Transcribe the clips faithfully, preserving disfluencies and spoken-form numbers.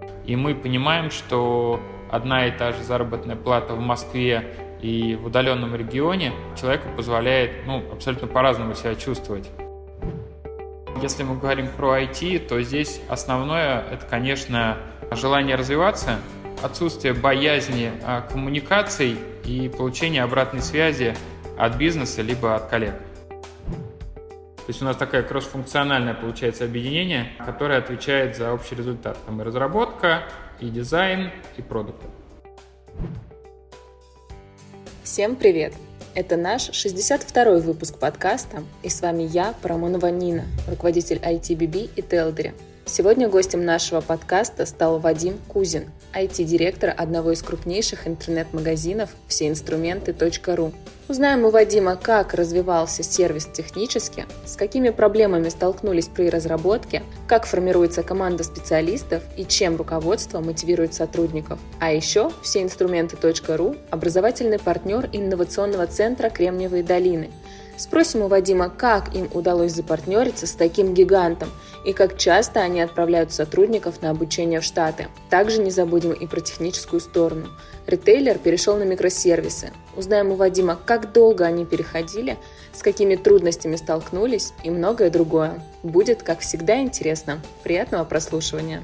И мы понимаем, что одна и та же заработная плата в Москве и в удаленном регионе человеку позволяет ну, абсолютно по-разному себя чувствовать. Если мы говорим про ай ти, то здесь основное – это, конечно, желание развиваться, отсутствие боязни коммуникаций и получение обратной связи от бизнеса либо от коллег. То есть у нас такое кроссфункциональное получается объединение, которое отвечает за общий результат. Там и разработка, и дизайн, и продукты. Всем привет! Это наш шестьдесят второй выпуск подкаста, и с вами я, Парамонова Нина, руководитель ай ти би би и Телдери. Сегодня гостем нашего подкаста стал Вадим Кузин, ай ти-директор одного из крупнейших интернет-магазинов все инструменты точка ру. Узнаем у Вадима, как развивался сервис технически, с какими проблемами столкнулись при разработке, как формируется команда специалистов и чем руководство мотивирует сотрудников. А еще все инструменты точка ру – образовательный партнер инновационного центра Кремниевой долины. Спросим у Вадима, как им удалось запартнериться с таким гигантом и как часто они отправляют сотрудников на обучение в Штаты. Также не забудем и про техническую сторону. Ритейлер перешел на микросервисы. Узнаем у Вадима, как долго они переходили, с какими трудностями столкнулись и многое другое. Будет, как всегда, интересно. Приятного прослушивания!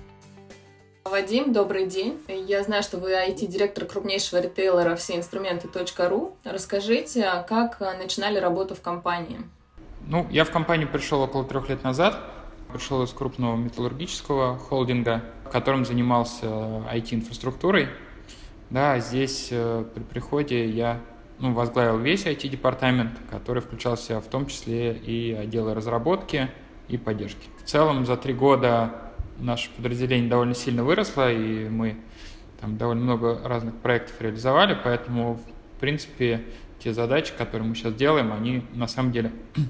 Вадим, добрый день. Я знаю, что вы ай ти-директор крупнейшего ритейлера все инструменты точка ру. Расскажите, как начинали работу в компании? Ну, я в компанию пришел около трех лет назад. Пришел из крупного металлургического холдинга, в котором занимался ай ти-инфраструктурой. Да, здесь при приходе я ну, возглавил весь ай ти-департамент, который включал в себя в том числе и отделы разработки и поддержки. В целом за три года наше подразделение довольно сильно выросло, и мы там довольно много разных проектов реализовали, поэтому, в принципе, те задачи, которые мы сейчас делаем, они на самом деле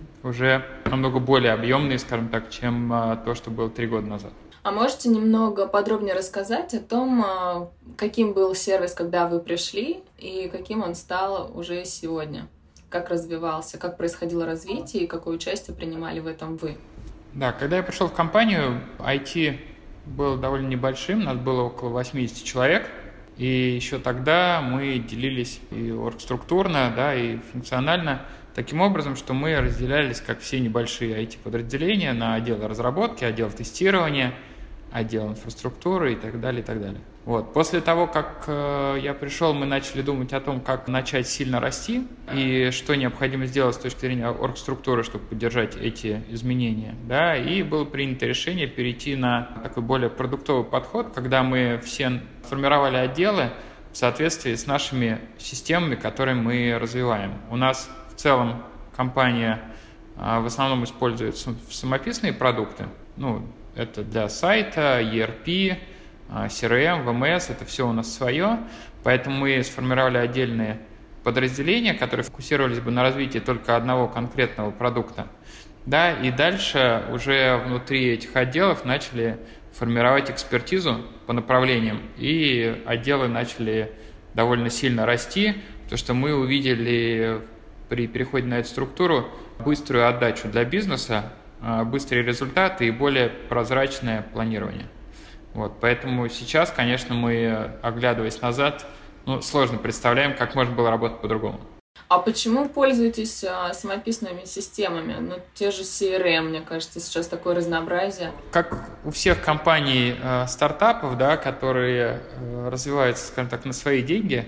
уже намного более объемные, скажем так, чем то, что было три года назад. А можете немного подробнее рассказать о том, каким был сервис, когда вы пришли, и каким он стал уже сегодня? Как развивался, как происходило развитие и какое участие принимали в этом вы? Да, когда я пришел в компанию, ай ти был довольно небольшим, нас было около восемьдесят человек, и еще тогда мы делились и оргструктурно, да, и функционально таким образом, что мы разделялись, как все небольшие ай ти-подразделения, на отделы разработки, отдел тестирования, отдел инфраструктуры и так далее, и так далее. Вот. После того, как э, я пришел, мы начали думать о том, как начать сильно расти и что необходимо сделать с точки зрения оргструктуры, чтобы поддержать эти изменения. Да? И было принято решение перейти на такой более продуктовый подход, когда мы все формировали отделы в соответствии с нашими системами, которые мы развиваем. У нас в целом компания э, в основном использует самописные продукты, ну, это для сайта, и ар пи, си ар эм, ви эм эс, это все у нас свое, поэтому мы сформировали отдельные подразделения, которые фокусировались бы на развитии только одного конкретного продукта. Да, и дальше уже внутри этих отделов начали формировать экспертизу по направлениям, и отделы начали довольно сильно расти, потому что мы увидели при переходе на эту структуру быструю отдачу для бизнеса, быстрые результаты и более прозрачное планирование. Вот, поэтому сейчас, конечно, мы, оглядываясь назад, ну, сложно представляем, как можно было работать по-другому. А почему пользуетесь а, самописными системами? Ну, те же си ар эм, мне кажется, сейчас такое разнообразие. Как у всех компаний э, стартапов, да, которые э, развиваются, скажем так, на свои деньги,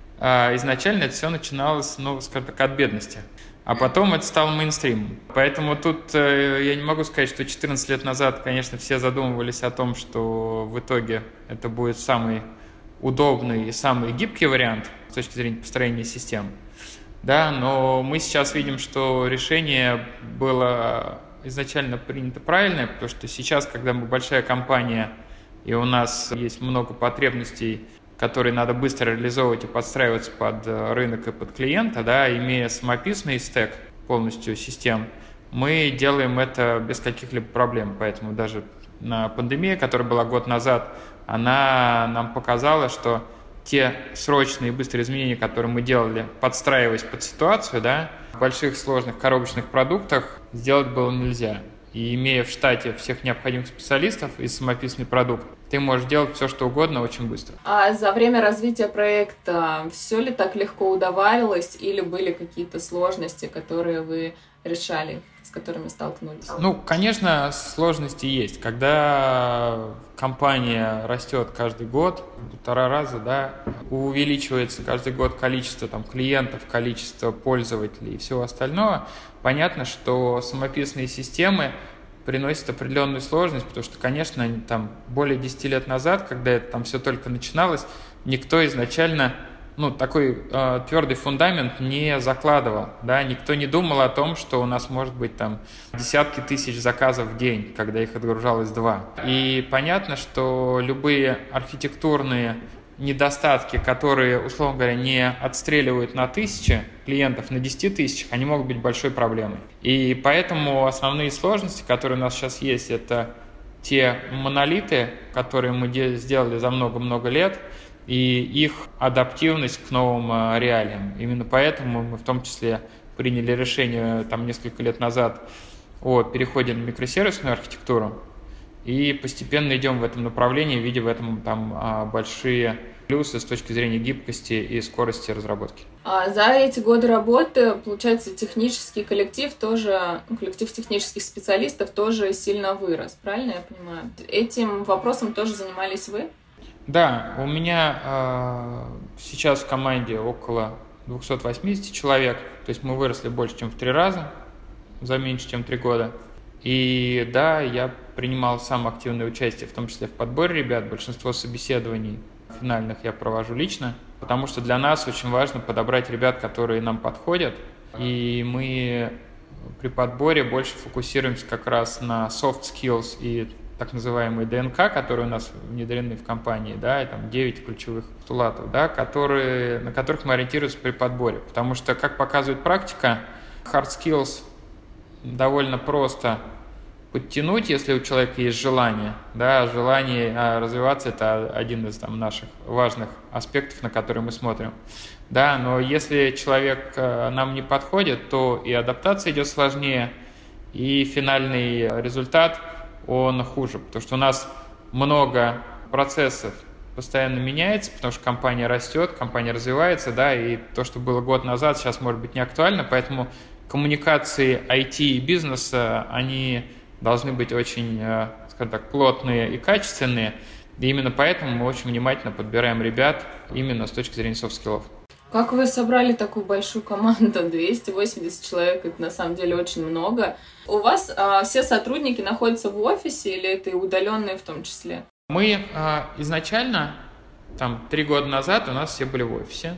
э, изначально это все начиналось, ну, скажем так, от бедности. А потом это стало мейнстримом. Поэтому тут э, я не могу сказать, что четырнадцать лет назад, конечно, все задумывались о том, что в итоге это будет самый удобный и самый гибкий вариант с точки зрения построения систем. Да, но мы сейчас видим, что решение было изначально принято правильное, потому что сейчас, когда мы большая компания и у нас есть много потребностей, которые надо быстро реализовывать и подстраиваться под рынок и под клиента, да, имея самописный стэк полностью систем, мы делаем это без каких-либо проблем. Поэтому даже на пандемии, которая была год назад, она нам показала, что те срочные и быстрые изменения, которые мы делали, подстраиваясь под ситуацию, да, в больших сложных коробочных продуктах сделать было нельзя. И имея в штате всех необходимых специалистов и самописный продукт, ты можешь делать все, что угодно очень быстро. А за время развития проекта все ли так легко удавалось или были какие-то сложности, которые вы решали, с которыми столкнулись? Ну, конечно, сложности есть. Когда компания растет каждый год, полтора раза, да, увеличивается каждый год количество там, клиентов, количество пользователей и всего остального, понятно, что самописные системы приносят определенную сложность, потому что, конечно, там более десяти лет назад, когда это там все только начиналось, никто изначально ну, такой э, твердый фундамент не закладывал, да, никто не думал о том, что у нас может быть там десятки тысяч заказов в день, когда их отгружалось два. И понятно, что любые архитектурные недостатки, которые, условно говоря, не отстреливают на тысячи клиентов, на десяти тысячах, они могут быть большой проблемой. И поэтому основные сложности, которые у нас сейчас есть, это те монолиты, которые мы сделали за много-много лет, и их адаптивность к новым реалиям. Именно поэтому мы в том числе приняли решение там несколько лет назад о переходе на микросервисную архитектуру и постепенно идем в этом направлении, видя в этом там большие плюсы с точки зрения гибкости и скорости разработки. А за эти годы работы, получается, технический коллектив тоже, коллектив технических специалистов тоже сильно вырос, правильно я понимаю? Этим вопросом тоже занимались вы? Да, у меня э, сейчас в команде около двести восемьдесят человек, то есть мы выросли больше, чем в три раза за меньше, чем три года. И да, я принимал сам активное участие, в том числе в подборе ребят. Большинство собеседований финальных я провожу лично, потому что для нас очень важно подобрать ребят, которые нам подходят. И мы при подборе больше фокусируемся как раз на soft skills и так называемые ДНК, которые у нас внедрены в компании, да, и там девять ключевых постулатов, да, которые, на которых мы ориентируемся при подборе. Потому что, как показывает практика, hard skills довольно просто подтянуть, если у человека есть желание. Да, желание развиваться – это один из там, наших важных аспектов, на которые мы смотрим. Да, но если человек нам не подходит, то и адаптация идет сложнее, и финальный результат – он хуже, потому что у нас много процессов постоянно меняется, потому что компания растет, компания развивается, да, и то, что было год назад, сейчас может быть не актуально, поэтому коммуникации ай ти и бизнеса, они должны быть очень, скажем так, плотные и качественные, и именно поэтому мы очень внимательно подбираем ребят именно с точки зрения софт-скиллов. Как вы собрали такую большую команду? двести восемьдесят человек, это на самом деле очень много. У вас а, все сотрудники находятся в офисе или это и удаленные в том числе? Мы а, изначально, там, три года назад у нас все были в офисе,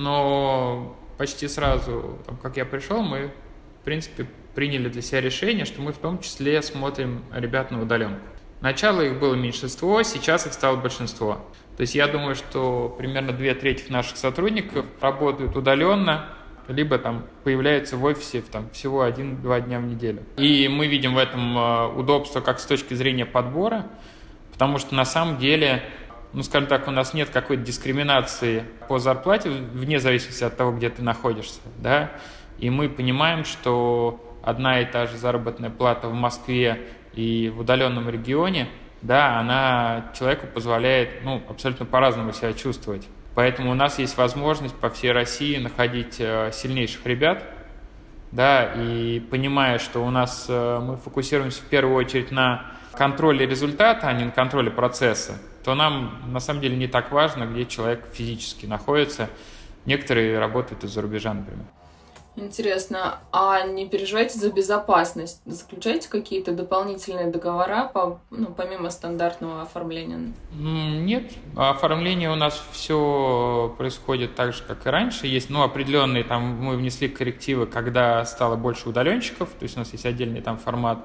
но почти сразу, там, как я пришел, мы, в принципе, приняли для себя решение, что мы в том числе смотрим ребят на удаленку. Сначала их было меньшинство, сейчас их стало большинство. То есть я думаю, что примерно две трети наших сотрудников работают удаленно, либо там появляются в офисе там, всего один-два дня в неделю. И мы видим в этом удобство как с точки зрения подбора, потому что на самом деле, ну скажем так, у нас нет какой-то дискриминации по зарплате, вне зависимости от того, где ты находишься, да, и мы понимаем, что одна и та же заработная плата в Москве и в удаленном регионе, да, она человеку позволяет, ну, абсолютно по-разному себя чувствовать. Поэтому у нас есть возможность по всей России находить сильнейших ребят, да, и понимая, что у нас мы фокусируемся в первую очередь на контроле результата, а не на контроле процесса, то нам на самом деле не так важно, где человек физически находится. Некоторые работают из-за рубежа, например. Интересно, а не переживаете за безопасность? Заключаете какие-то дополнительные договора по, ну, помимо стандартного оформления? Нет, оформление у нас все происходит так же, как и раньше. Есть, ну, определенные, там мы внесли коррективы, когда стало больше удаленщиков, то есть у нас есть отдельный там формат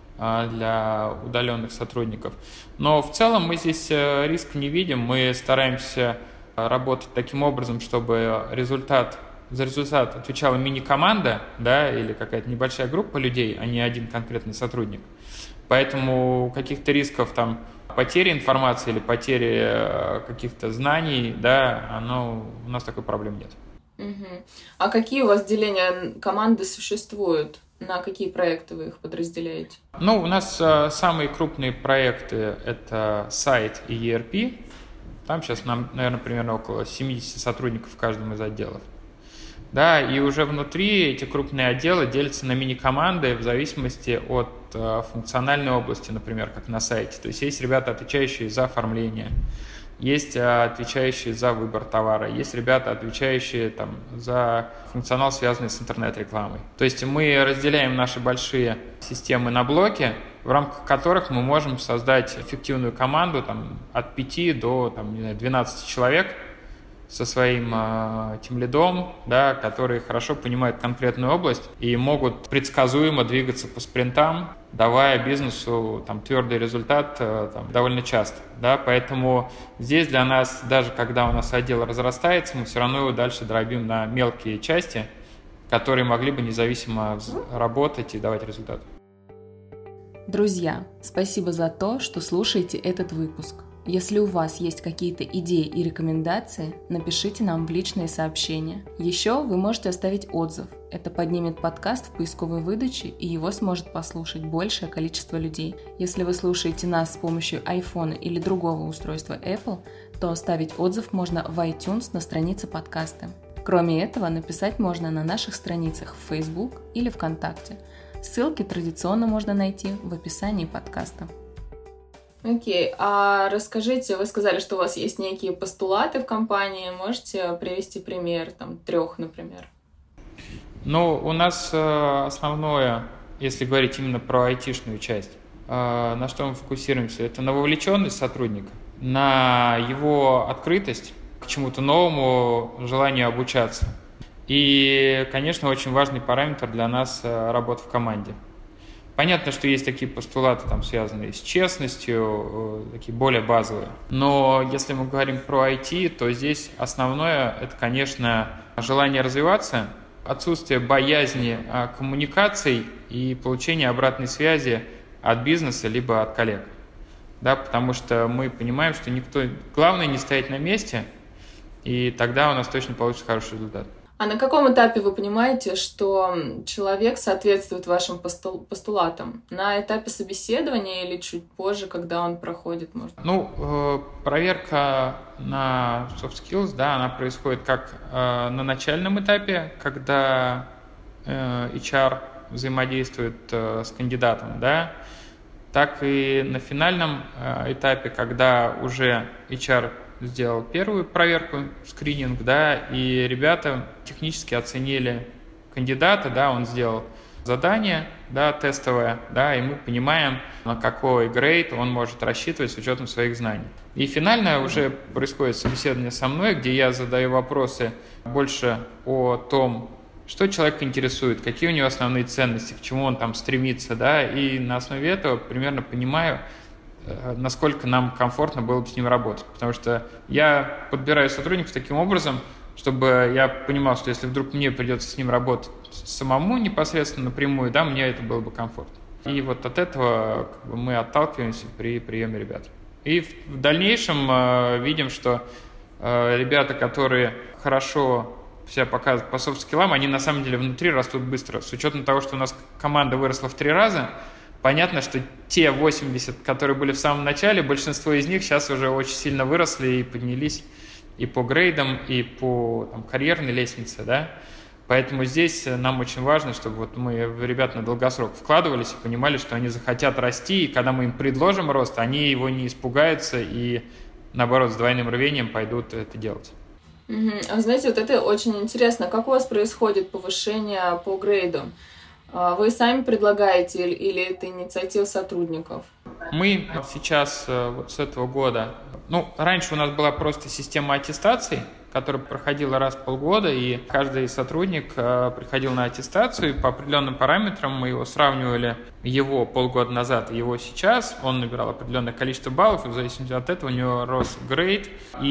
для удаленных сотрудников. Но в целом мы здесь риска не видим, мы стараемся работать таким образом, чтобы результат За результат отвечала мини-команда, да, или какая-то небольшая группа людей, а не один конкретный сотрудник. Поэтому каких-то рисков там потери информации или потери каких-то знаний, да, оно, у нас такой проблемы нет. Угу. А какие у вас деления команды существуют? На какие проекты вы их подразделяете? Ну, у нас э, самые крупные проекты – это сайт и и эр пи. Там сейчас нам, наверное, примерно около семьдесят сотрудников в каждом из отделов. Да, и уже внутри эти крупные отделы делятся на мини-команды в зависимости от э, функциональной области, например, как на сайте. То есть есть ребята, отвечающие за оформление, есть отвечающие за выбор товара, есть ребята, отвечающие там, за функционал, связанный с интернет-рекламой. То есть мы разделяем наши большие системы на блоки, в рамках которых мы можем создать эффективную команду там, от пяти до там, не знаю, двенадцати человек со своим э, тимлидом, да, которые хорошо понимают конкретную область и могут предсказуемо двигаться по спринтам, давая бизнесу там, твердый результат э, там, довольно часто. Да, поэтому здесь для нас, даже когда у нас отдел разрастается, мы все равно его дальше дробим на мелкие части, которые могли бы независимо работать и давать результат. Друзья, спасибо за то, что слушаете этот выпуск. Если у вас есть какие-то идеи и рекомендации, напишите нам в личные сообщения. Еще вы можете оставить отзыв. Это поднимет подкаст в поисковой выдаче, и его сможет послушать большее количество людей. Если вы слушаете нас с помощью iPhone или другого устройства Apple, то оставить отзыв можно в iTunes на странице подкаста. Кроме этого, написать можно на наших страницах в Facebook или ВКонтакте. Ссылки традиционно можно найти в описании подкаста. Окей, okay. А расскажите, вы сказали, что у вас есть некие постулаты в компании. Можете привести пример, там, трех, например? Ну, у нас э, основное, если говорить именно про айтишную часть, э, на что мы фокусируемся, это на вовлеченность сотрудника, на его открытость к чему-то новому, желанию обучаться. И, конечно, очень важный параметр для нас э, работа в команде. Понятно, что есть такие постулаты, там, связанные с честностью, такие более базовые. Но если мы говорим про ай ти, то здесь основное – это, конечно, желание развиваться, отсутствие боязни коммуникаций и получения обратной связи от бизнеса либо от коллег. Да, потому что мы понимаем, что никто… Главное не стоять на месте, и тогда у нас точно получится хороший результат. А на каком этапе вы понимаете, что человек соответствует вашим постулатам? На этапе собеседования или чуть позже, когда он проходит, может? Ну, э, проверка на soft skills, да, она происходит как э, на начальном этапе, когда э, эйч ар взаимодействует э, с кандидатом, да, так и на финальном э, этапе, когда уже эйч ар сделал первую проверку, скрининг, да, и ребята технически оценили кандидата, да, он сделал задание, да, тестовое, да, и мы понимаем, на какой грейд он может рассчитывать с учетом своих знаний. И финально уже происходит собеседование со мной, где я задаю вопросы больше о том, что человека интересует, какие у него основные ценности, к чему он там стремится, да, и на основе этого примерно понимаю, насколько нам комфортно было бы с ним работать. Потому что я подбираю сотрудников таким образом, чтобы я понимал, что если вдруг мне придется с ним работать самому непосредственно напрямую, да, мне это было бы комфортно. И вот от этого как бы, мы отталкиваемся при приеме ребят. И в, в дальнейшем э, видим, что э, ребята, которые хорошо себя показывают по софт-скиллам, они на самом деле внутри растут быстро. С учетом того, что у нас команда выросла в три раза, понятно, что те восемьдесят, которые были в самом начале, большинство из них сейчас уже очень сильно выросли и поднялись и по грейдам, и по там, карьерной лестнице, да. Поэтому здесь нам очень важно, чтобы вот мы в ребят на долгосрок вкладывались и понимали, что они захотят расти, и когда мы им предложим рост, они его не испугаются и, наоборот, с двойным рвением пойдут это делать. Mm-hmm. А знаете, вот это очень интересно. Как у вас происходит повышение по грейду? Вы сами предлагаете или это инициатива сотрудников? Мы сейчас вот с этого года, ну, раньше у нас была просто система аттестаций, которая проходила раз в полгода, и каждый сотрудник приходил на аттестацию, и по определенным параметрам мы его сравнивали, его полгода назад и его сейчас, он набирал определенное количество баллов, и в зависимости от этого у него рос грейд,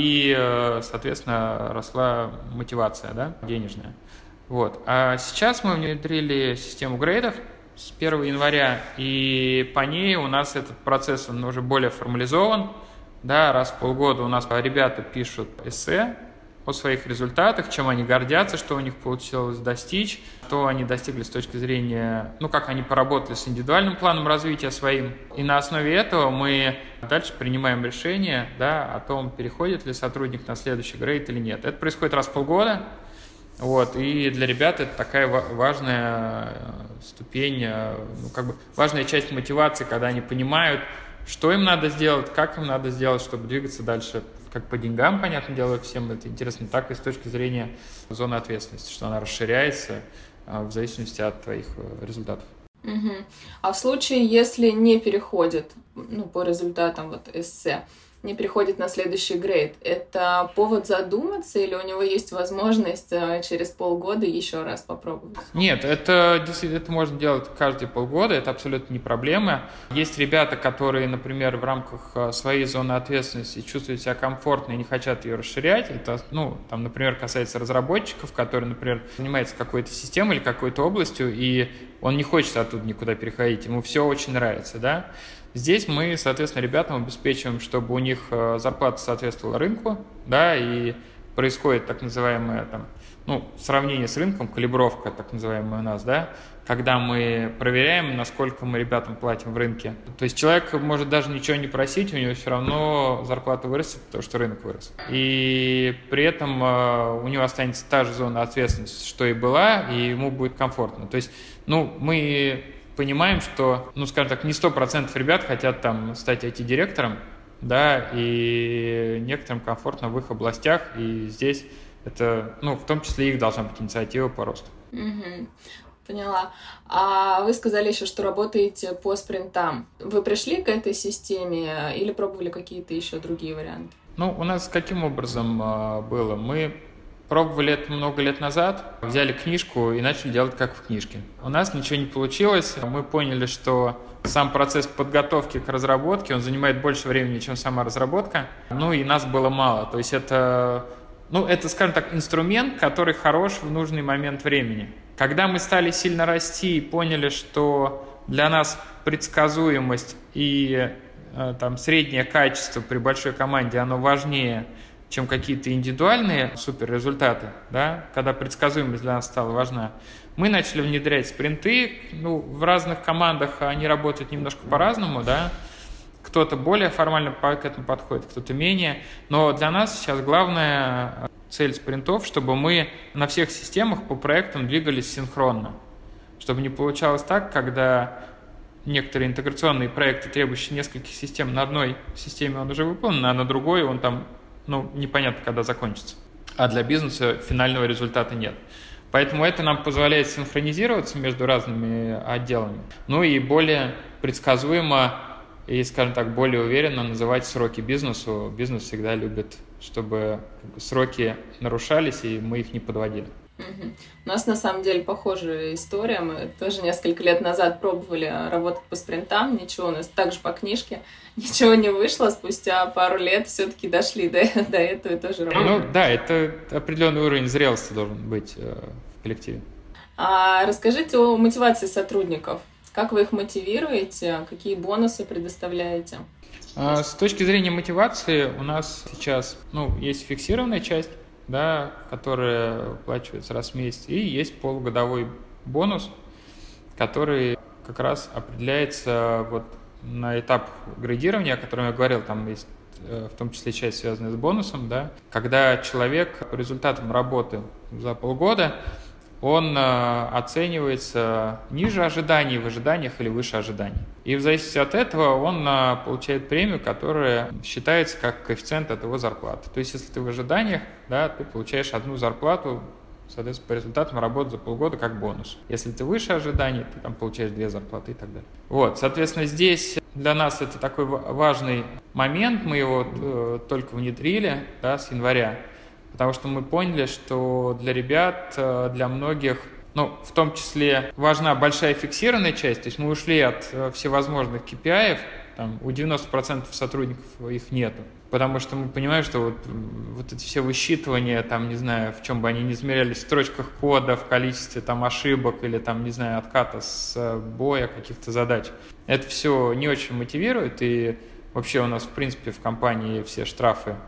и, соответственно, росла мотивация, да, денежная. Вот. А сейчас мы внедрили систему грейдов с первого января, и по ней у нас этот процесс он уже более формализован. Да, раз в полгода у нас ребята пишут эссе о своих результатах, чем они гордятся, что у них получилось достичь, что они достигли с точки зрения, ну, как они поработали с индивидуальным планом развития своим. И на основе этого мы дальше принимаем решение, да, о том, переходит ли сотрудник на следующий грейд или нет. Это происходит раз в полгода. Вот, и для ребят это такая важная ступень, ну, как бы важная часть мотивации, когда они понимают, что им надо сделать, как им надо сделать, чтобы двигаться дальше. Как по деньгам, понятное дело, всем это интересно, так и с точки зрения зоны ответственности, что она расширяется в зависимости от твоих результатов. Угу. А в случае, если не переходит, ну, по результатам вот эссе, не переходит на следующий грейд, это повод задуматься или у него есть возможность через полгода еще раз попробовать? Нет, это действительно это можно делать каждые полгода, это абсолютно не проблема. Есть ребята, которые, например, в рамках своей зоны ответственности чувствуют себя комфортно и не хотят ее расширять. Это, ну, там, например, касается разработчиков, которые, например, занимаются какой-то системой или какой-то областью, и он не хочет оттуда никуда переходить, ему все очень нравится, да. Здесь мы, соответственно, ребятам обеспечиваем, чтобы у них зарплата соответствовала рынку, да, и происходит так называемое там, ну, сравнение с рынком, калибровка так называемая у нас, да, когда мы проверяем, насколько мы ребятам платим в рынке. То есть человек может даже ничего не просить, у него все равно зарплата вырастет, потому что рынок вырос. И при этом у него останется та же зона ответственности, что и была, и ему будет комфортно. То есть, ну, мы понимаем, что, ну, скажем так, не сто процентов ребят хотят там стать ай ти-директором, да, и некоторым комфортно в их областях, и здесь это, ну, в том числе их должна быть инициатива по росту. Угу. Поняла. А вы сказали еще, что работаете по спринтам. Вы пришли к этой системе или пробовали какие-то еще другие варианты? Ну, у нас каким образом э, было? Мы пробовали это много лет назад, взяли книжку и начали делать как в книжке. У нас ничего не получилось. Мы поняли, что сам процесс подготовки к разработке, он занимает больше времени, чем сама разработка. Ну и нас было мало. То есть это, ну, это, скажем так, инструмент, который хорош в нужный момент времени. Когда мы стали сильно расти и поняли, что для нас предсказуемость и э, там, среднее качество при большой команде, оно важнее, чем какие-то индивидуальные суперрезультаты, да, когда предсказуемость для нас стала важна, мы начали внедрять спринты. Ну, в разных командах они работают немножко по-разному, да, кто-то более формально к этому подходит, кто-то менее, но для нас сейчас главная цель спринтов, чтобы мы на всех системах по проектам двигались синхронно, чтобы не получалось так, когда некоторые интеграционные проекты, требующие нескольких систем, на одной системе он уже выполнен, а на другой он там, ну, непонятно, когда закончится. А для бизнеса финального результата нет. Поэтому это нам позволяет синхронизироваться между разными отделами. Ну и более предсказуемо и, скажем так, более уверенно называть сроки бизнесу. Бизнес всегда любит, чтобы сроки нарушались, и мы их не подводили. Угу. У нас на самом деле похожая история. Мы тоже несколько лет назад пробовали работать по спринтам. Ничего у нас также по книжке. Ничего не вышло. Спустя пару лет все-таки дошли до, до этого и тоже работали. Ну да, это определенный уровень зрелости должен быть э, в коллективе. А расскажите о мотивации сотрудников. Как вы их мотивируете? Какие бонусы предоставляете? А, с точки зрения мотивации у нас сейчас, ну, есть фиксированная часть, да, которая выплачивается раз в месяц, и есть полугодовой бонус, который как раз определяется вот на этап градирования, о котором я говорил, там есть в том числе часть, связанная с бонусом, да, когда человек по результатам работы за полгода, он оценивается ниже ожиданий, в ожиданиях или выше ожиданий. И в зависимости от этого он получает премию, которая считается как коэффициент от его зарплаты. То есть, если ты в ожиданиях, да, ты получаешь одну зарплату, соответственно, по результатам работы за полгода как бонус. Если ты выше ожиданий, ты там получаешь две зарплаты и так далее. Вот, соответственно, здесь для нас это такой важный момент, мы его э, только внедрили, да, с января. Потому что мы поняли, что для ребят, для многих, ну, в том числе важна большая фиксированная часть, то есть мы ушли от всевозможных кей пи ай, там, у девяноста процентов сотрудников их нету, потому что мы понимаем, что вот, вот эти все высчитывания, там, не знаю, в чем бы они ни измерялись, в строчках кода, в количестве там ошибок или там, не знаю, отката с боя каких-то задач, это все не очень мотивирует, и вообще у нас, в принципе, в компании все штрафы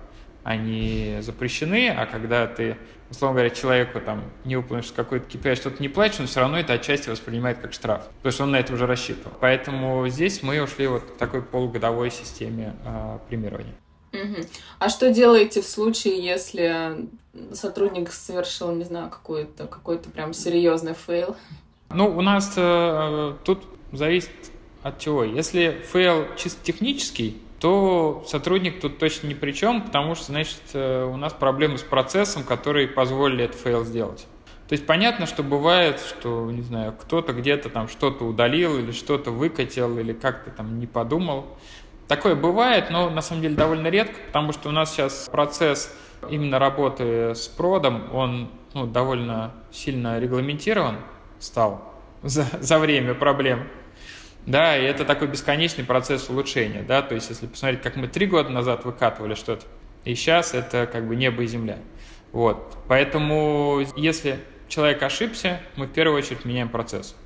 они запрещены, а когда ты, условно говоря, человеку там не выполнишь какой-то кей пи ай, что-то не платишь, он все равно это отчасти воспринимает как штраф, потому что он на это уже рассчитывал. Поэтому здесь мы ушли вот к такой полугодовой системе э, премирования. Угу. А что делаете в случае, если сотрудник совершил, не знаю, какой-то, какой-то прям серьезный фейл? Ну, у нас э, тут зависит от чего. Если фейл чисто технический, то сотрудник тут точно ни при чем, потому что, значит, у нас проблемы с процессом, которые позволили этот фейл сделать. То есть понятно, что бывает, что, не знаю, кто-то где-то там что-то удалил или что-то выкатил или как-то там не подумал. Такое бывает, но на самом деле довольно редко, потому что у нас сейчас процесс именно работы с продом, он ну, довольно сильно регламентирован стал за, за время проблем. Да, и это такой бесконечный процесс улучшения, да, то есть если посмотреть, как мы три года назад выкатывали что-то, и сейчас это как бы небо и земля. Вот, поэтому если человек ошибся, мы в первую очередь меняем процесс.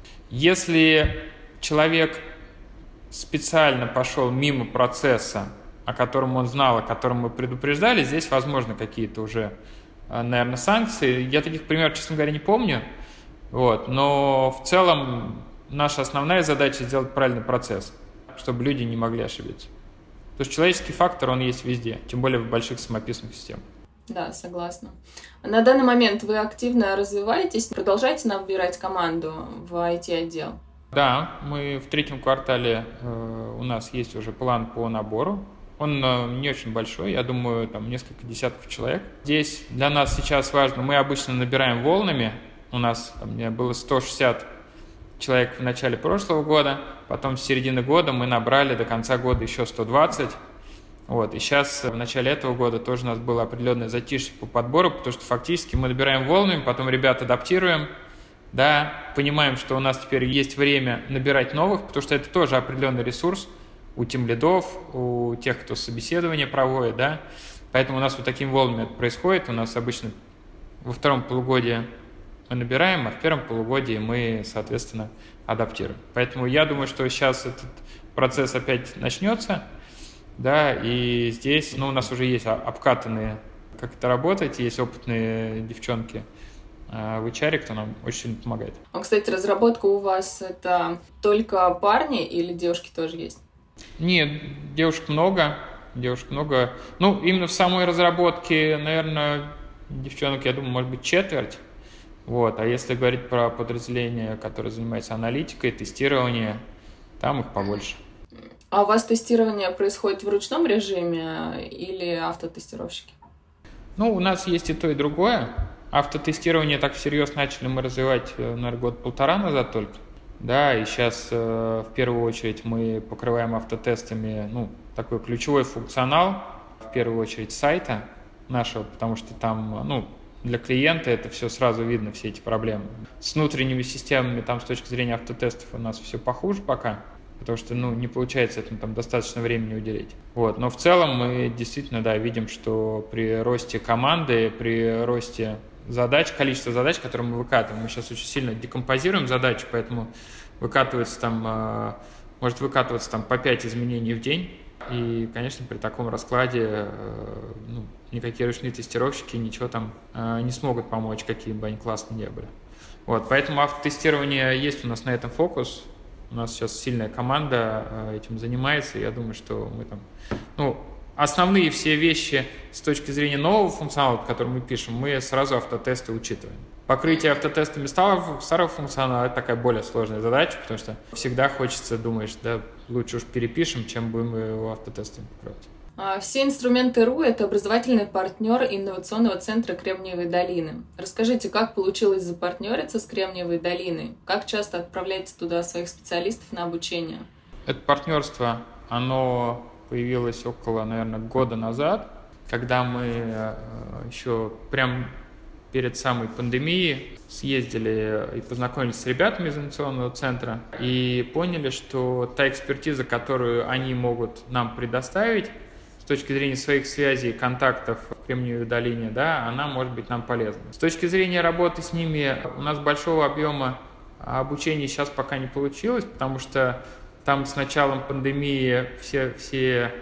Если человек специально пошел мимо процесса, о котором он знал, о котором мы предупреждали, здесь возможны какие-то уже, наверное, санкции. Я таких примеров, честно говоря, не помню, вот, но в целом наша основная задача сделать правильный процесс, чтобы люди не могли ошибиться. Потому что человеческий фактор, он есть везде, тем более в больших самописных системах. Да, согласна. На данный момент вы активно развиваетесь, продолжаете набирать команду в ай ти-отдел? Да, мы в третьем квартале, э, у нас есть уже план по набору. Он э, не очень большой, я думаю, там несколько десятков человек. Здесь для нас сейчас важно, мы обычно набираем волнами. У нас там, было сто шестьдесят человек в начале прошлого года, потом с середины года мы набрали до конца года еще сто двадцать. Вот, и сейчас в начале этого года тоже у нас было определенное затишье по подбору, потому что фактически мы набираем волнами, потом ребят адаптируем, да, понимаем, что у нас теперь есть время набирать новых, потому что это тоже определенный ресурс у тимлидов, у тех, кто собеседование проводит, да, поэтому у нас вот такими волнами это происходит, у нас обычно во втором полугодии мы набираем, а в первом полугодии мы, соответственно, адаптируем. Поэтому я думаю, что сейчас этот процесс опять начнется, да, и здесь, ну, у нас уже есть обкатанные, как это работать, есть опытные девчонки в эйч ар, кто нам очень сильно помогает. А, кстати, разработка у вас это только парни или девушки тоже есть? Нет, девушек много, девушек много. Ну, именно в самой разработке, наверное, девчонок, я думаю, может быть, четверть. Вот. А если говорить про подразделение, которое занимается аналитикой, тестированием, там их побольше. А у вас тестирование происходит в ручном режиме или автотестировщики? Ну, у нас есть и то, и другое. Автотестирование так всерьез начали мы развивать, наверное, год-полтора назад только. Да, и сейчас э, в первую очередь мы покрываем автотестами, ну, такой ключевой функционал, в первую очередь сайта нашего, потому что там, ну, для клиента это все сразу видно, все эти проблемы. С внутренними системами там с точки зрения автотестов у нас все похуже пока, потому что, ну, не получается этому там достаточно времени уделить. Вот. Но в целом мы действительно, да, видим, что при росте команды, при росте задач, количество задач, которые мы выкатываем, мы сейчас очень сильно декомпозируем задачи, поэтому выкатывается там, может выкатываться там по пять изменений в день. И, конечно, при таком раскладе ну, никакие ручные тестировщики ничего там не смогут помочь, какие бы они классные не были. Вот, поэтому автотестирование есть у нас на этом фокус. У нас сейчас сильная команда этим занимается, и я думаю, что мы там... Ну, основные все вещи с точки зрения нового функционала, который мы пишем, мы сразу автотесты учитываем. Покрытие автотестами старого, старого функционала – это такая более сложная задача, потому что всегда хочется, думаешь, да, лучше уж перепишем, чем будем его автотестами покрывать. Все инструменты РУ – это образовательный партнер инновационного центра Кремниевой долины. Расскажите, как получилось запартнериться с Кремниевой долиной? Как часто отправляете туда своих специалистов на обучение? Это партнерство, оно появилось около, наверное, года назад, когда мы еще прям перед самой пандемией съездили и познакомились с ребятами из инновационного центра и поняли, что та экспертиза, которую они могут нам предоставить с точки зрения своих связей и контактов в Кремниевой долине, да, она может быть нам полезна. С точки зрения работы с ними у нас большого объема обучения сейчас пока не получилось, потому что там с началом пандемии все, все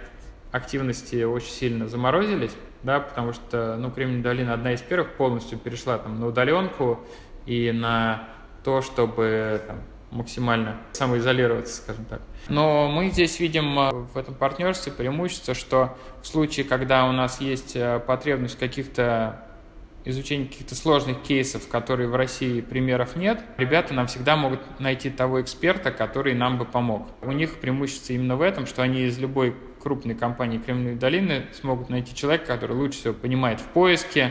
активности очень сильно заморозились, да, потому что, ну, Кремниевая долина одна из первых полностью перешла там на удаленку и на то, чтобы там максимально самоизолироваться, скажем так. Но мы здесь видим в этом партнерстве преимущество, что в случае, когда у нас есть потребность в каких-то изучении каких-то сложных кейсов, которые в России примеров нет, ребята нам всегда могут найти того эксперта, который нам бы помог. У них преимущество именно в этом, что они из любой крупной компании Кремниевой долины смогут найти человека, который лучше всего понимает в поиске,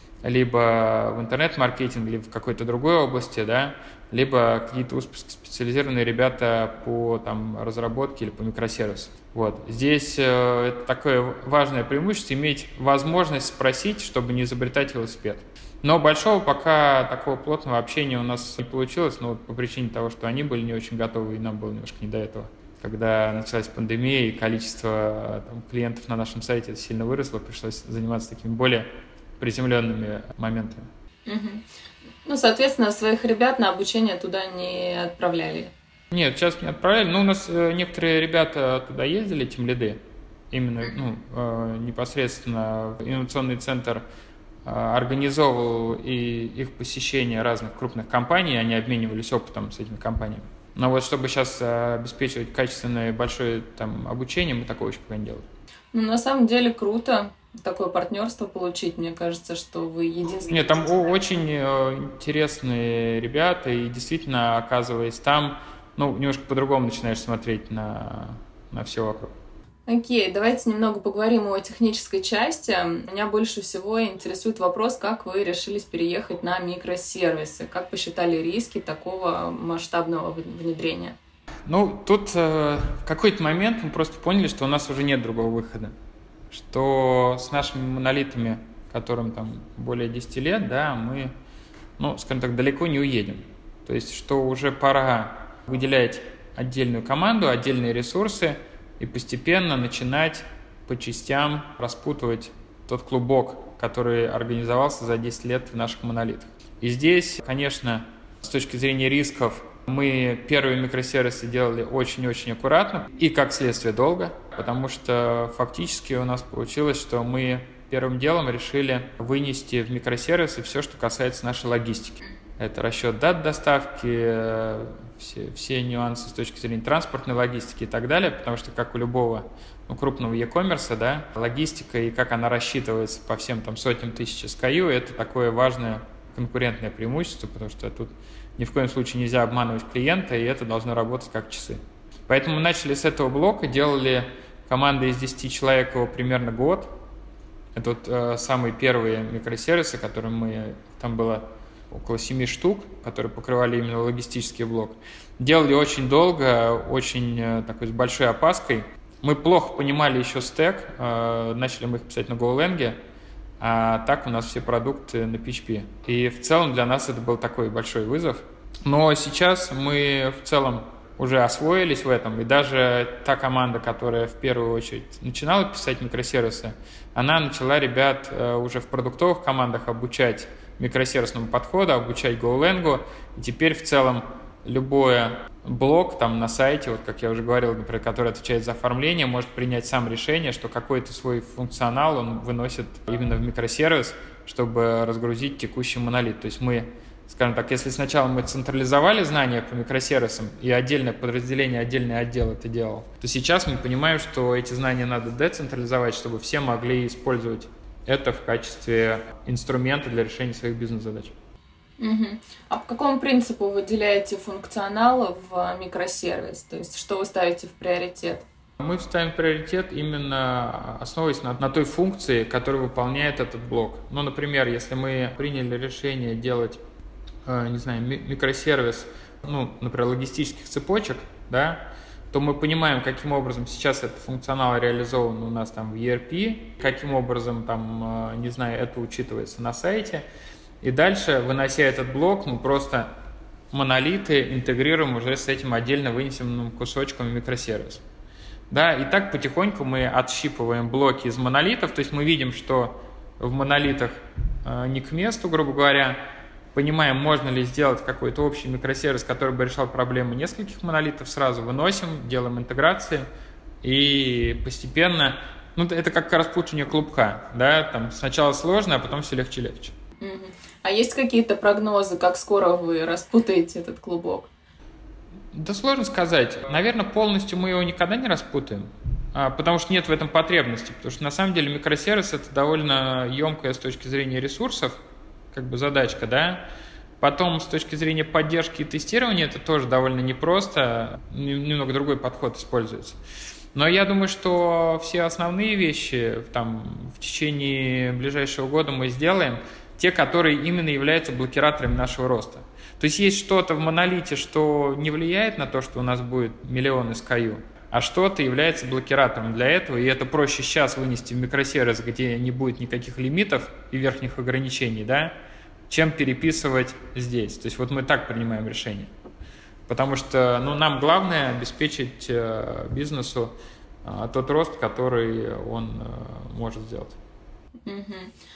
либо в интернет-маркетинге, либо в какой-то другой области, да, либо какие-то узкоспециализированные ребята по там, разработке или по микросервисам. Вот. Здесь э, это такое важное преимущество, иметь возможность спросить, чтобы не изобретать велосипед. Но большого пока такого плотного общения у нас не получилось, но вот по причине того, что они были не очень готовы, и нам было немножко не до этого. Когда началась пандемия, и количество там, клиентов на нашем сайте сильно выросло, пришлось заниматься такими более приземленными моментами. Угу. Ну, соответственно, своих ребят на обучение туда не отправляли? Нет, сейчас не отправляли. Но у нас некоторые ребята туда ездили, тимлиды. Именно ну, непосредственно инновационный центр организовывал и их посещение разных крупных компаний, они обменивались опытом с этими компаниями. Но вот чтобы сейчас обеспечивать качественное большое там, обучение, мы такого еще пока не делали. Ну, на самом деле круто такое партнерство получить. Мне кажется, что вы единственные. Нет, там очень интересные ребята, и действительно, оказываясь там, ну, немножко по-другому начинаешь смотреть на, на все вокруг. Окей, давайте немного поговорим о технической части. Меня больше всего интересует вопрос, как вы решились переехать на микросервисы, как посчитали риски такого масштабного внедрения? Ну, тут э, в какой-то момент мы просто поняли, что у нас уже нет другого выхода. Что с нашими монолитами, которым там более десяти лет, да, мы, ну, скажем так, далеко не уедем. То есть, что уже пора выделять отдельную команду, отдельные ресурсы и постепенно начинать по частям распутывать тот клубок, который организовался за десять лет в наших монолитах. И здесь, конечно, с точки зрения рисков, мы первые микросервисы делали очень-очень аккуратно и, как следствие, долго, потому что фактически у нас получилось, что мы первым делом решили вынести в микросервисы все, что касается нашей логистики. Это расчет дат доставки, все, все нюансы с точки зрения транспортной логистики и так далее, потому что, как у любого ну, крупного e-commerce, да, логистика и как она рассчитывается по всем там, сотням тысяч эс кей ю, это такое важное конкурентное преимущество, потому что тут ни в коем случае нельзя обманывать клиента, и это должно работать как часы. Поэтому мы начали с этого блока, делали команды из десяти человек его примерно год. Это вот э, самые первые микросервисы, которые мы, там было около семи штук, которые покрывали именно логистический блок. Делали очень долго, очень э, такой с большой опаской. Мы плохо понимали еще стэк, э, начали мы их писать на Golang, а так у нас все продукты на пи эйч пи. И в целом для нас это был такой большой вызов. Но сейчас мы в целом уже освоились в этом, и даже та команда, которая в первую очередь начинала писать микросервисы, она начала ребят уже в продуктовых командах обучать микросервисному подходу, обучать Golang, и теперь в целом любой блок там на сайте, вот как я уже говорил, например, который отвечает за оформление, может принять сам решение, что какой-то свой функционал он выносит именно в микросервис, чтобы разгрузить текущий монолит. То есть мы, скажем так, если сначала мы централизовали знания по микросервисам и отдельное подразделение, отдельный отдел это делал, то сейчас мы понимаем, что эти знания надо децентрализовать, чтобы все могли использовать это в качестве инструмента для решения своих бизнес-задач. Угу. А по какому принципу вы выделяете функционал в микросервис? То есть что вы ставите в приоритет? Мы ставим приоритет именно основываясь на, на той функции, которую выполняет этот блок. Ну, например, если мы приняли решение делать, э, не знаю, микросервис, ну, например, логистических цепочек, да, то мы понимаем, каким образом сейчас этот функционал реализован у нас там в и эр пи, каким образом там, э, не знаю, это учитывается на сайте. И дальше, вынося этот блок, мы просто монолиты интегрируем уже с этим отдельно вынесенным кусочком микросервиса. Да, и так потихоньку мы отщипываем блоки из монолитов, то есть мы видим, что в монолитах э, не к месту, грубо говоря, понимаем, можно ли сделать какой-то общий микросервис, который бы решал проблемы нескольких монолитов, сразу выносим, делаем интеграции, И постепенно, ну, это как распутывание клубка, да, там сначала сложно, а потом все легче-легче. А есть какие-то прогнозы, как скоро вы распутаете этот клубок? Да сложно сказать. Наверное, полностью мы его никогда не распутаем, потому что нет в этом потребности. Потому что на самом деле микросервис — это довольно емкая с точки зрения ресурсов, как бы задачка, да. Потом, с точки зрения поддержки и тестирования, это тоже довольно непросто, немного другой подход используется. Но я думаю, что все основные вещи там, в течение ближайшего года мы сделаем, те, которые именно являются блокираторами нашего роста. То есть есть что-то в монолите, что не влияет на то, что у нас будет миллион эс кей ю, а что-то является блокиратором для этого, и это проще сейчас вынести в микросервис, где не будет никаких лимитов и верхних ограничений, да, чем переписывать здесь. То есть вот мы так принимаем решение. Потому что ну, нам главное обеспечить э, бизнесу э, тот рост, который он э, может сделать. Угу.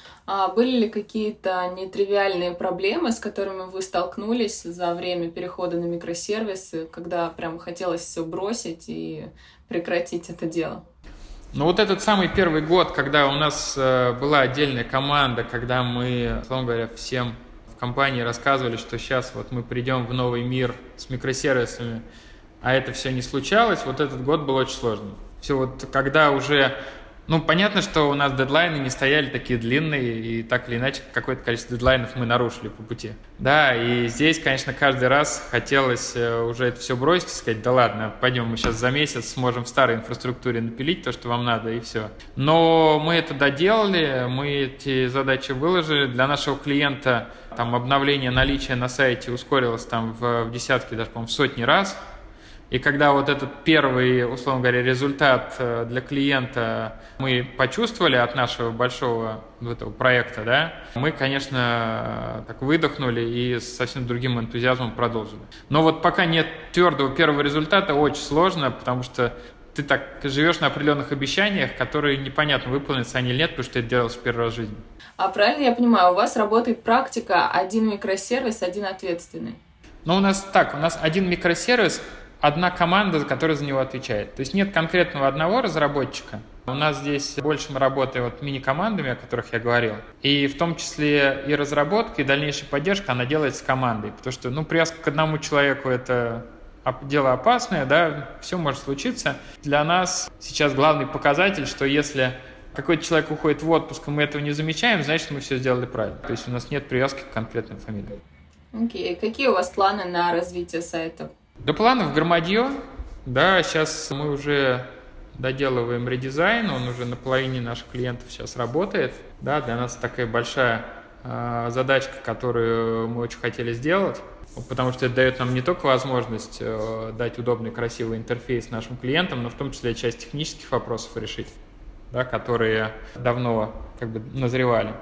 А были ли какие-то нетривиальные проблемы, с которыми вы столкнулись за время перехода на микросервисы, когда прям хотелось все бросить и прекратить это дело? Ну вот этот самый первый год, когда у нас э, была отдельная команда, когда мы, условно говоря, всем компании рассказывали, что сейчас вот мы придем в новый мир с микросервисами, а это все не случалось, вот этот год был очень сложный. Все вот когда уже, ну понятно, что у нас дедлайны не стояли такие длинные, и так или иначе какое-то количество дедлайнов мы нарушили по пути. Да, и здесь, конечно, каждый раз хотелось уже это все бросить и сказать, да ладно, пойдем мы сейчас за месяц сможем в старой инфраструктуре напилить то, что вам надо, и все. Но мы это доделали, мы эти задачи выложили. Для нашего клиента там обновление наличия на сайте ускорилось там в, в десятки, даже, по-моему, в сотни раз. И когда вот этот первый, условно говоря, результат для клиента мы почувствовали от нашего большого этого проекта, да, мы, конечно, так выдохнули и с совсем другим энтузиазмом продолжили. Но вот пока нет твердого первого результата, очень сложно, потому что ты так живешь на определенных обещаниях, которые непонятно, выполнятся они или нет, потому что ты это делаешь в первый раз в жизни. А правильно я понимаю, у вас работает практика один микросервис, один ответственный? Ну, у нас так, у нас один микросервис, одна команда, которая за него отвечает. То есть нет конкретного одного разработчика. У нас здесь больше мы работаем вот мини-командами, о которых я говорил. И в том числе и разработка, и дальнейшая поддержка, она делается командой. Потому что ну, привязка к одному человеку – это дело опасное, да, все может случиться. Для нас сейчас главный показатель, что если какой-то человек уходит в отпуск, и мы этого не замечаем, значит, мы все сделали правильно. То есть у нас нет привязки к конкретным фамилиям. Окей. Okay. Какие у вас планы на развитие сайта? До планов громадье. Да, сейчас мы уже доделываем редизайн, он уже на половине наших клиентов сейчас работает. Да, для нас такая большая э, задачка, которую мы очень хотели сделать, потому что это дает нам не только возможность э, дать удобный, красивый интерфейс нашим клиентам, но в том числе часть технических вопросов решить, да, которые давно как бы назревали.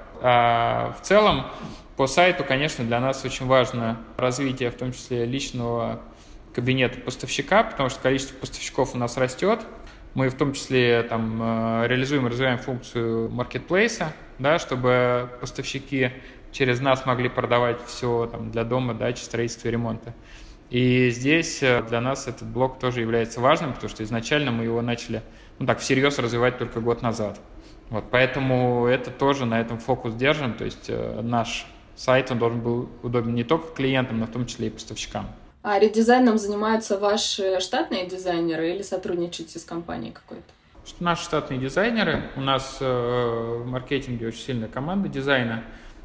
А в целом по сайту, конечно, для нас очень важно развитие, в том числе личного кабинета поставщика, потому что количество поставщиков у нас растет. Мы в том числе там реализуем и развиваем функцию маркетплейса, да, чтобы поставщики через нас могли продавать все там, для дома, дачи, строительства и ремонта. И здесь для нас этот блок тоже является важным, потому что изначально мы его начали ну, так, всерьез развивать только год назад. Вот, поэтому это тоже на этом фокус держим. То есть наш сайт он должен был удобен не только клиентам, но в том числе и поставщикам. А редизайном занимаются ваши штатные дизайнеры или сотрудничаете с компанией какой-то? Наши штатные дизайнеры. У нас э, в маркетинге очень сильная команда дизайна.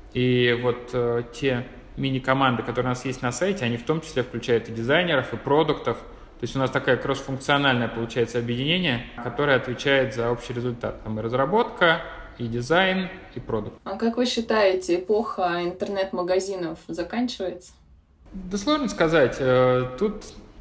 И вот э, те мини-команды, которые у нас есть на сайте, они в том числе включают и дизайнеров, и продуктов. То есть у нас такое кроссфункциональное получается объединение, которое отвечает за общий результат. Там и разработка, и дизайн, и продукт. А как вы считаете, эпоха интернет-магазинов заканчивается? Да сложно сказать. Тут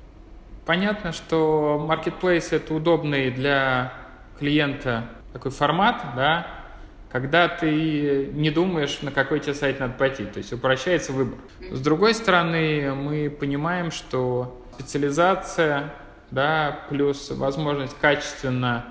понятно, что marketplace — это удобный для клиента такой формат, да, когда ты не думаешь, на какой тебе сайт надо пойти, то есть упрощается выбор. С другой стороны, мы понимаем, что специализация, да, плюс возможность качественно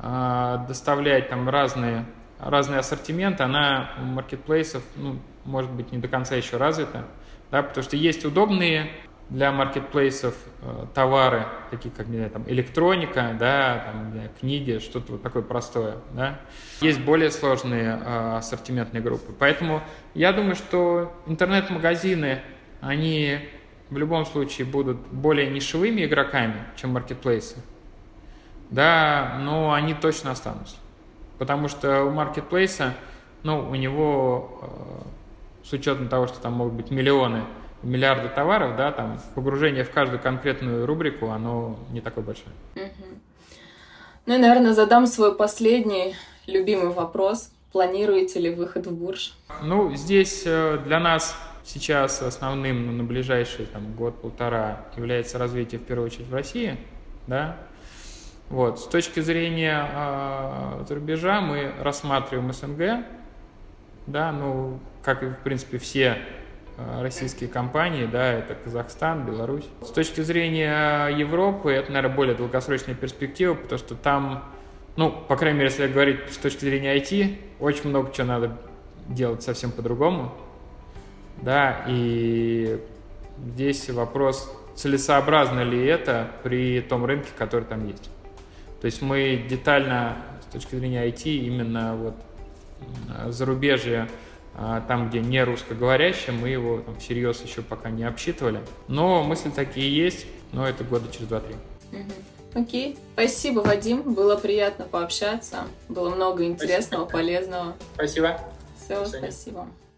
э, доставлять там разные, разные ассортименты, она у маркетплейсов, ну, может быть, не до конца еще развита. Да, потому что есть удобные для маркетплейсов э, товары, такие как, не знаю, там, электроника, да, там, не знаю, книги, что-то вот такое простое, да. Есть более сложные э, ассортиментные группы. Поэтому я думаю, что интернет-магазины, они в любом случае будут более нишевыми игроками, чем маркетплейсы, да, но они точно останутся. Потому что у маркетплейса, ну, у него, э, с учетом того, что там могут быть миллионы, миллиарды товаров, да, там погружение в каждую конкретную рубрику, оно не такое большое. Угу. Ну и, наверное, задам свой последний любимый вопрос. Планируете ли выход в бурж? Ну, здесь для нас сейчас основным, ну, на ближайший там, год-полтора является развитие, в первую очередь, в России, да. Вот. С точки зрения э, зарубежа мы рассматриваем СНГ, да, ну, как и, в принципе, все российские компании, да, это Казахстан, Беларусь. С точки зрения Европы, это, наверное, более долгосрочная перспектива, потому что там, ну, по крайней мере, если говорить с точки зрения ай ти, очень много чего надо делать совсем по-другому, да, и здесь вопрос, целесообразно ли это при том рынке, который там есть. То есть мы детально с точки зрения ай ти именно вот зарубежье, там, где не русскоговорящие, мы его там всерьез еще пока не обсчитывали. Но мысли такие есть, но это года через два-три. Угу. Окей. Спасибо, Вадим. Было приятно пообщаться. Было много интересного, Спасибо. полезного. Спасибо. Все, спасибо.